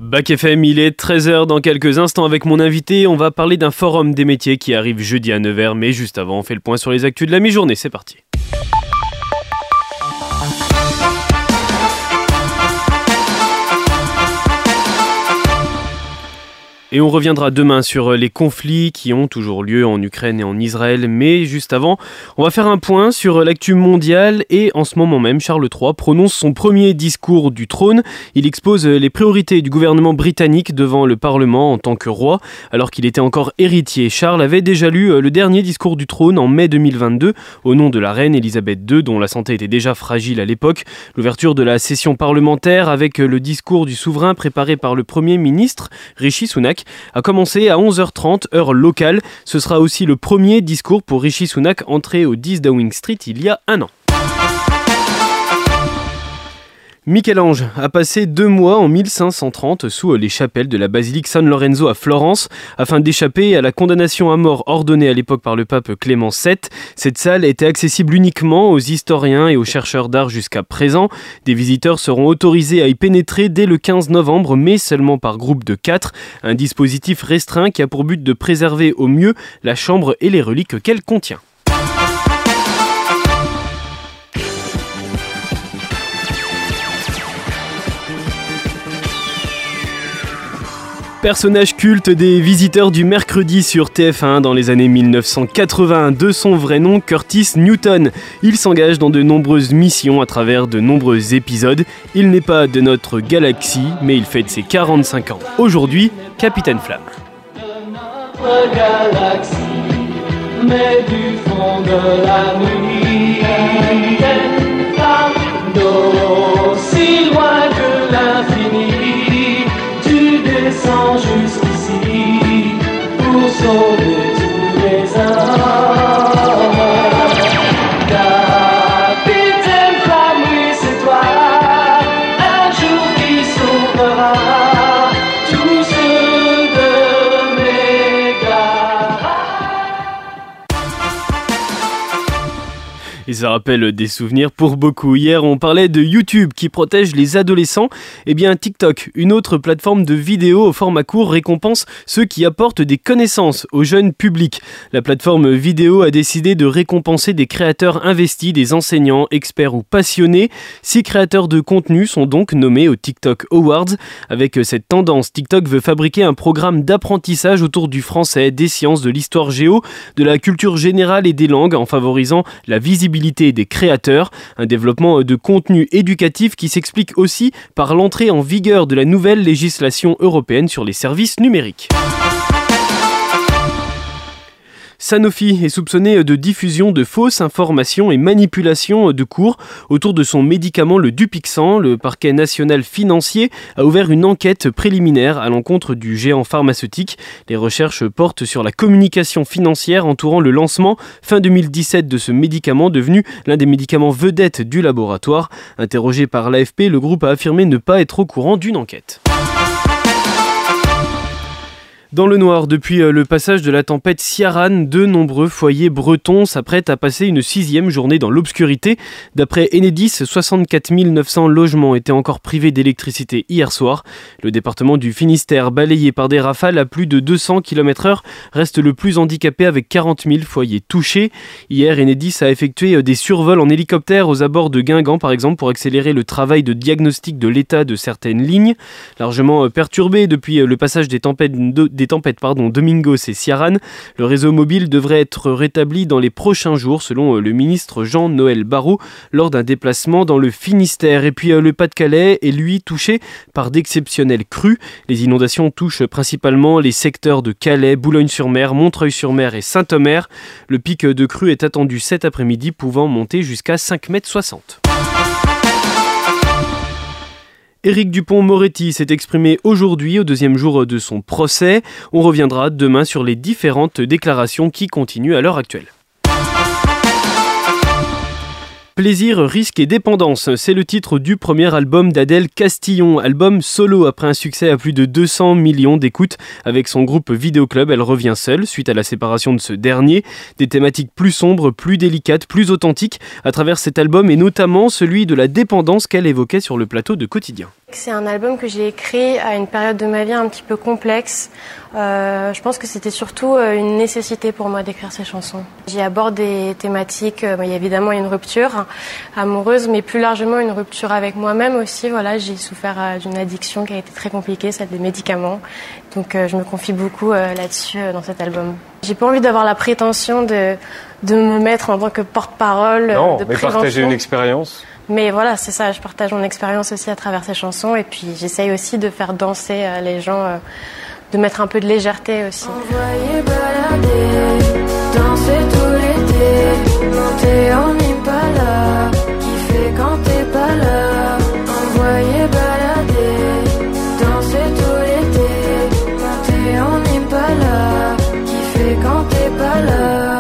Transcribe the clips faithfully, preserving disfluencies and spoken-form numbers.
Bac F M, il est treize heures dans quelques instants avec mon invité. On va parler d'un forum des métiers qui arrive jeudi à neuf heures. Mais juste avant, on fait le point sur les actus de la mi-journée. C'est parti. Et on reviendra demain sur les conflits qui ont toujours lieu en Ukraine et en Israël. Mais juste avant, on va faire un point sur l'actu mondiale. Et en ce moment même, Charles trois prononce son premier discours du trône. Il expose les priorités du gouvernement britannique devant le Parlement en tant que roi. Alors qu'il était encore héritier, Charles avait déjà lu le dernier discours du trône en mai deux mille vingt-deux au nom de la reine Elisabeth deux, dont la santé était déjà fragile à l'époque. L'ouverture de la session parlementaire avec le discours du souverain préparé par le Premier ministre, Rishi Sunak, a commencé à onze heures trente, heure locale. Ce sera aussi le premier discours pour Rishi Sunak, entré au dix Downing Street il y a un an. Michel-Ange a passé deux mois en mille cinq cent trente sous les chapelles de la basilique San Lorenzo à Florence afin d'échapper à la condamnation à mort ordonnée à l'époque par le pape Clément sept. Cette salle était accessible uniquement aux historiens et aux chercheurs d'art jusqu'à présent. Des visiteurs seront autorisés à y pénétrer dès le quinze novembre, mais seulement par groupe de quatre. Un dispositif restreint qui a pour but de préserver au mieux la chambre et les reliques qu'elle contient. Personnage culte des visiteurs du mercredi sur T F un dans les années mille neuf cent quatre-vingt, de son vrai nom Curtis Newton. Il s'engage dans de nombreuses missions à travers de nombreux épisodes. Il n'est pas de notre galaxie, mais il fête ses quarante-cinq ans. Aujourd'hui, Capitaine Flamme. De notre galaxie, mais du fond de la nuit, Capitaine Flamme, d'aussi loin que l'infini. Descends jusqu'ici pour sauver tous les hommes. Capitaine Flamme, oui c'est toi, un jour qui sauvera tous ceux de Mégara. Et ça rappelle des souvenirs pour beaucoup. Hier, on parlait de YouTube qui protège les adolescents. Eh bien, TikTok, une autre plateforme de vidéos au format court, récompense ceux qui apportent des connaissances au jeune public. La plateforme vidéo a décidé de récompenser des créateurs investis, des enseignants, experts ou passionnés. Six créateurs de contenu sont donc nommés aux TikTok Awards. Avec cette tendance, TikTok veut fabriquer un programme d'apprentissage autour du français, des sciences, de l'histoire géo, de la culture générale et des langues, en favorisant la visibilité des créateurs, un développement de contenu éducatif qui s'explique aussi par l'entrée en vigueur de la nouvelle législation européenne sur les services numériques. Sanofi est soupçonné de diffusion de fausses informations et manipulation de cours autour de son médicament le Dupixent. Le parquet national financier a ouvert une enquête préliminaire à l'encontre du géant pharmaceutique. Les recherches portent sur la communication financière entourant le lancement fin deux mille dix-sept de ce médicament devenu l'un des médicaments vedettes du laboratoire. Interrogé par l'A F P, le groupe a affirmé ne pas être au courant d'une enquête. Dans le noir, depuis le passage de la tempête Ciarán, de nombreux foyers bretons s'apprêtent à passer une sixième journée dans l'obscurité. D'après Enedis, soixante-quatre mille neuf cents logements étaient encore privés d'électricité hier soir. Le département du Finistère, balayé par des rafales à plus de deux cents kilomètres heure, reste le plus handicapé avec quarante mille foyers touchés. Hier, Enedis a effectué des survols en hélicoptère aux abords de Guingamp, par exemple, pour accélérer le travail de diagnostic de l'état de certaines lignes. Largement perturbé depuis le passage des tempêtes de des tempêtes pardon, Domingos et Ciarán, le réseau mobile devrait être rétabli dans les prochains jours selon le ministre Jean-Noël Barrot lors d'un déplacement dans le Finistère. Et puis le Pas-de-Calais est lui touché par d'exceptionnelles crues. Les inondations touchent principalement les secteurs de Calais, Boulogne-sur-Mer, Montreuil-sur-Mer et Saint-Omer. Le pic de crue est attendu cet après-midi, pouvant monter jusqu'à cinq mètres soixante. Éric Dupond-Moretti s'est exprimé aujourd'hui au deuxième jour de son procès. On reviendra demain sur les différentes déclarations qui continuent à l'heure actuelle. Plaisir, risque et dépendance, c'est le titre du premier album d'Adèle Castillon, album solo après un succès à plus de deux cents millions d'écoutes. Avec son groupe Vidéo Club, elle revient seule suite à la séparation de ce dernier. Des thématiques plus sombres, plus délicates, plus authentiques à travers cet album et notamment celui de la dépendance qu'elle évoquait sur le plateau de Quotidien. C'est un album que j'ai écrit à une période de ma vie un petit peu complexe. Euh, je pense que c'était surtout une nécessité pour moi d'écrire ces chansons. J'y aborde des thématiques, euh, il y a évidemment une rupture amoureuse, mais plus largement une rupture avec moi-même aussi. Voilà, j'ai souffert euh, d'une addiction qui a été très compliquée, celle des médicaments. Donc euh, je me confie beaucoup euh, là-dessus euh, dans cet album. J'ai pas envie d'avoir la prétention de, de me mettre en tant que porte-parole non, de mais prévention. partager une expérience. Mais voilà, c'est ça, je partage mon expérience aussi à travers ces chansons et puis j'essaye aussi de faire danser euh, les gens, euh, de mettre un peu de légèreté aussi. Envoyer balader, danser tout l'été, monter en Impala, kiffer quand t'es pas là. Envoyer balader, danser tout l'été, monter en Impala, kiffer quand t'es pas là.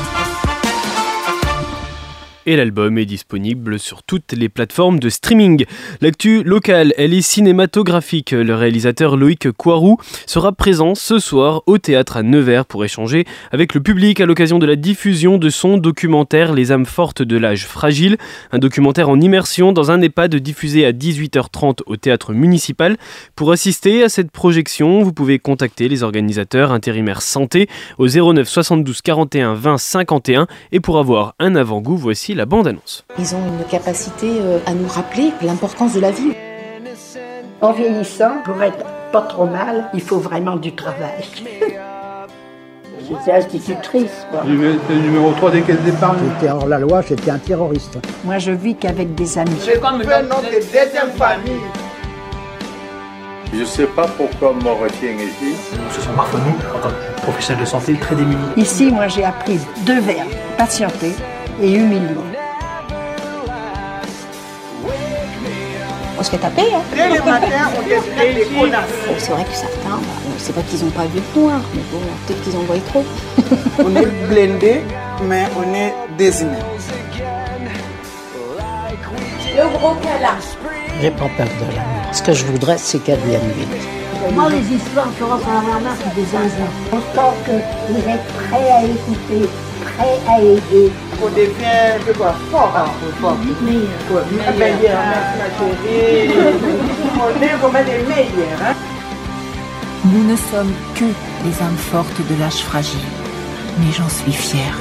Et l'album est disponible sur toutes les plateformes de streaming. L'actu locale, elle est cinématographique. Le réalisateur Loïc Coiroux sera présent ce soir au théâtre à Nevers pour échanger avec le public à l'occasion de la diffusion de son documentaire Les âmes fortes de l'âge fragile. Un documentaire en immersion dans un EHPAD diffusé à dix-huit heures trente au théâtre municipal. Pour assister à cette projection, vous pouvez contacter les organisateurs intérimaires santé au zéro neuf soixante-douze quarante et un vingt cinquante et un et pour avoir un avant-goût, voici la bande-annonce. Ils ont une capacité à nous rappeler l'importance de la vie. En vieillissant, pour être pas trop mal, il faut vraiment du travail. J'étais institutrice. J'étais numéro trois des caisses d'épargne. J'étais hors la loi, j'étais un terroriste. Moi, je vis qu'avec des amis. C'est comme un nom de deuxième famille. Je ne sais pas pourquoi on me retient ici. Ce sont parfois nous, en tant que professionnels de santé, très démunis. Ici, moi, j'ai appris deux verbes, patienter et humilier. On se fait taper, hein. Dès le matin, on décrète des connasses. C'est vrai que certains, bah, c'est pas qu'ils n'ont pas vu le noir, mais bon, peut-être qu'ils en voient trop. On est blindés, mais on est désignés. Le gros câlin. J'ai pas peur de la nuit. Ce que je voudrais, c'est qu'elle vienne vite. Moi, les histoires, Florence en avoir marre, c'est des zinzins. On sent que vous êtes prêts à écouter, prêts à aider. On devient un peu quoi, fort, hein, fort. Meilleur. Meilleur, merci ma chérie. On est vraiment des meilleurs, hein. Nous ne sommes que les âmes fortes de l'âge fragile, mais j'en suis fière.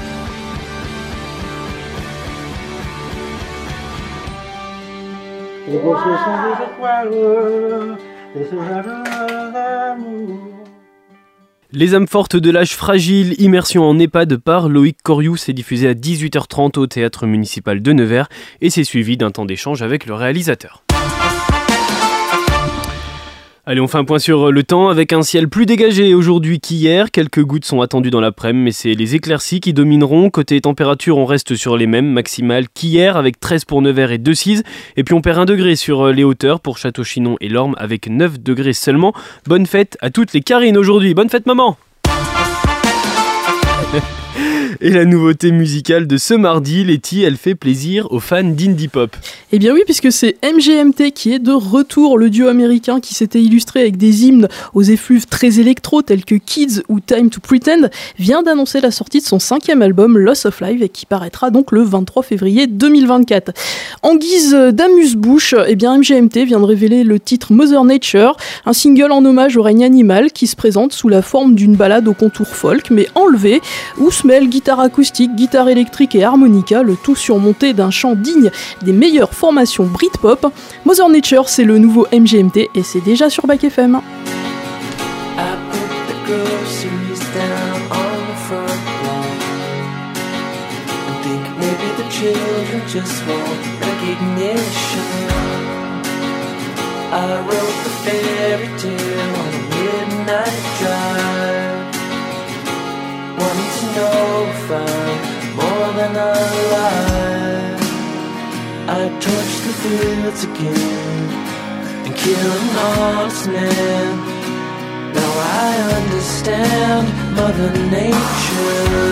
Et vos cieux sont des étoiles, et ce d'amour. Les âmes fortes de l'âge fragile, immersion en EHPAD par Loïc Coiroux, c'est diffusé à dix-huit heures trente au théâtre municipal de Nevers et c'est suivi d'un temps d'échange avec le réalisateur. Allez, on fait un point sur le temps avec un ciel plus dégagé aujourd'hui qu'hier. Quelques gouttes sont attendues dans l'après-midi, mais c'est les éclaircies qui domineront. Côté température, on reste sur les mêmes maximales qu'hier avec treize pour Nevers et Decize. Et puis on perd un degré sur les hauteurs pour Château-Chinon et Lorme avec neuf degrés seulement. Bonne fête à toutes les Karines aujourd'hui. Bonne fête maman! Et la nouveauté musicale de ce mardi, Letty, elle fait plaisir aux fans d'indie pop. Eh bien oui, puisque c'est M G M T qui est de retour, le duo américain qui s'était illustré avec des hymnes aux effluves très électro tels que Kids ou Time to Pretend, vient d'annoncer la sortie de son cinquième album Loss of Life et qui paraîtra donc le vingt-trois février deux mille vingt-quatre. En guise d'amuse-bouche, eh bien M G M T vient de révéler le titre Mother Nature, un single en hommage au règne animal qui se présente sous la forme d'une ballade au contour folk mais enlevée, où se mêlent guitare acoustique, guitare électrique et harmonica, le tout surmonté d'un chant digne des meilleures formations Britpop. Mother Nature, c'est le nouveau M G M T et c'est déjà sur Bac F M. Wanting to know if I'm more than alive. I torch the fields again and kill an honest man. Now I understand Mother Nature.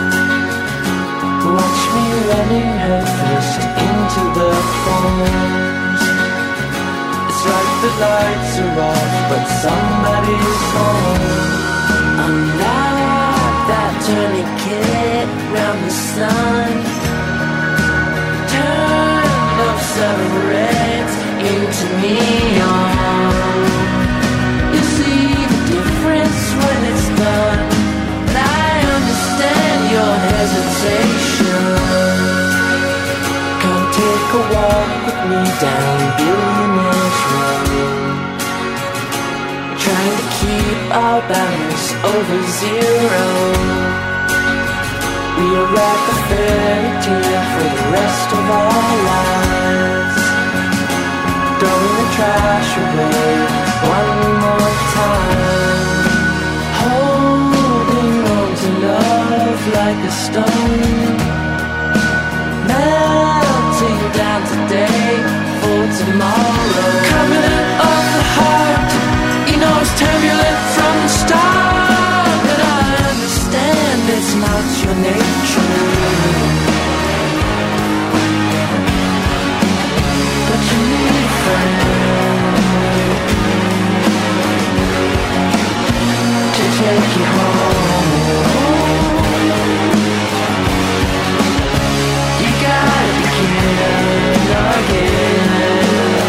Watch me running headfirst into the thorns. It's like the lights are off, but somebody's home. I'm not that tourniquet round the sun. Turn off some reds into me. trying to keep our balance over zero. We are at the fairy tale for the rest of our lives. Throwing the trash away one more time. Holding on to love like a stone. Melting down today for tomorrow. Covenant of the heart, you know it's turbulent from the start. But I understand it's not your nature. But you need a friend to take you home. You gotta begin again.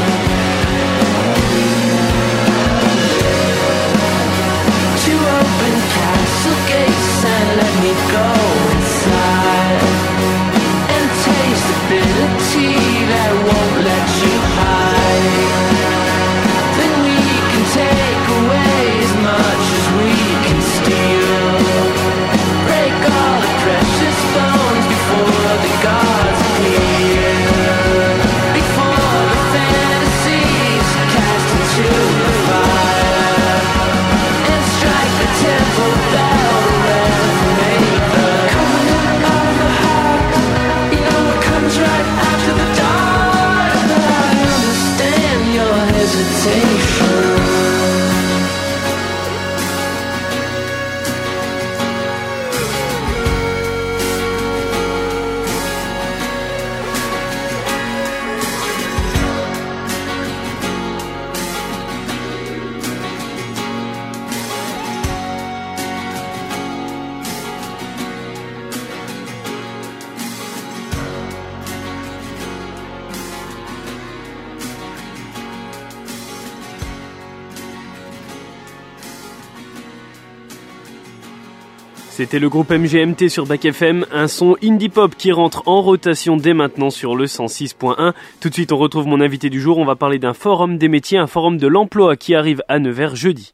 To open castle gates and let me go inside and taste the bitter tea that won't let you hide. Then we can take away as much as we can steal. Break all the precious bones before the gods appear. Before the fantasies cast into the fire and strike the temple bell to reformate the covenant of the heart. You know what comes right after the dark. But I understand your hesitation. C'était le groupe M G M T sur Bac F M, un son indie pop qui rentre en rotation dès maintenant sur le cent six point un. Tout de suite, on retrouve mon invité du jour. On va parler d'un forum des métiers, un forum de l'emploi qui arrive à Nevers jeudi.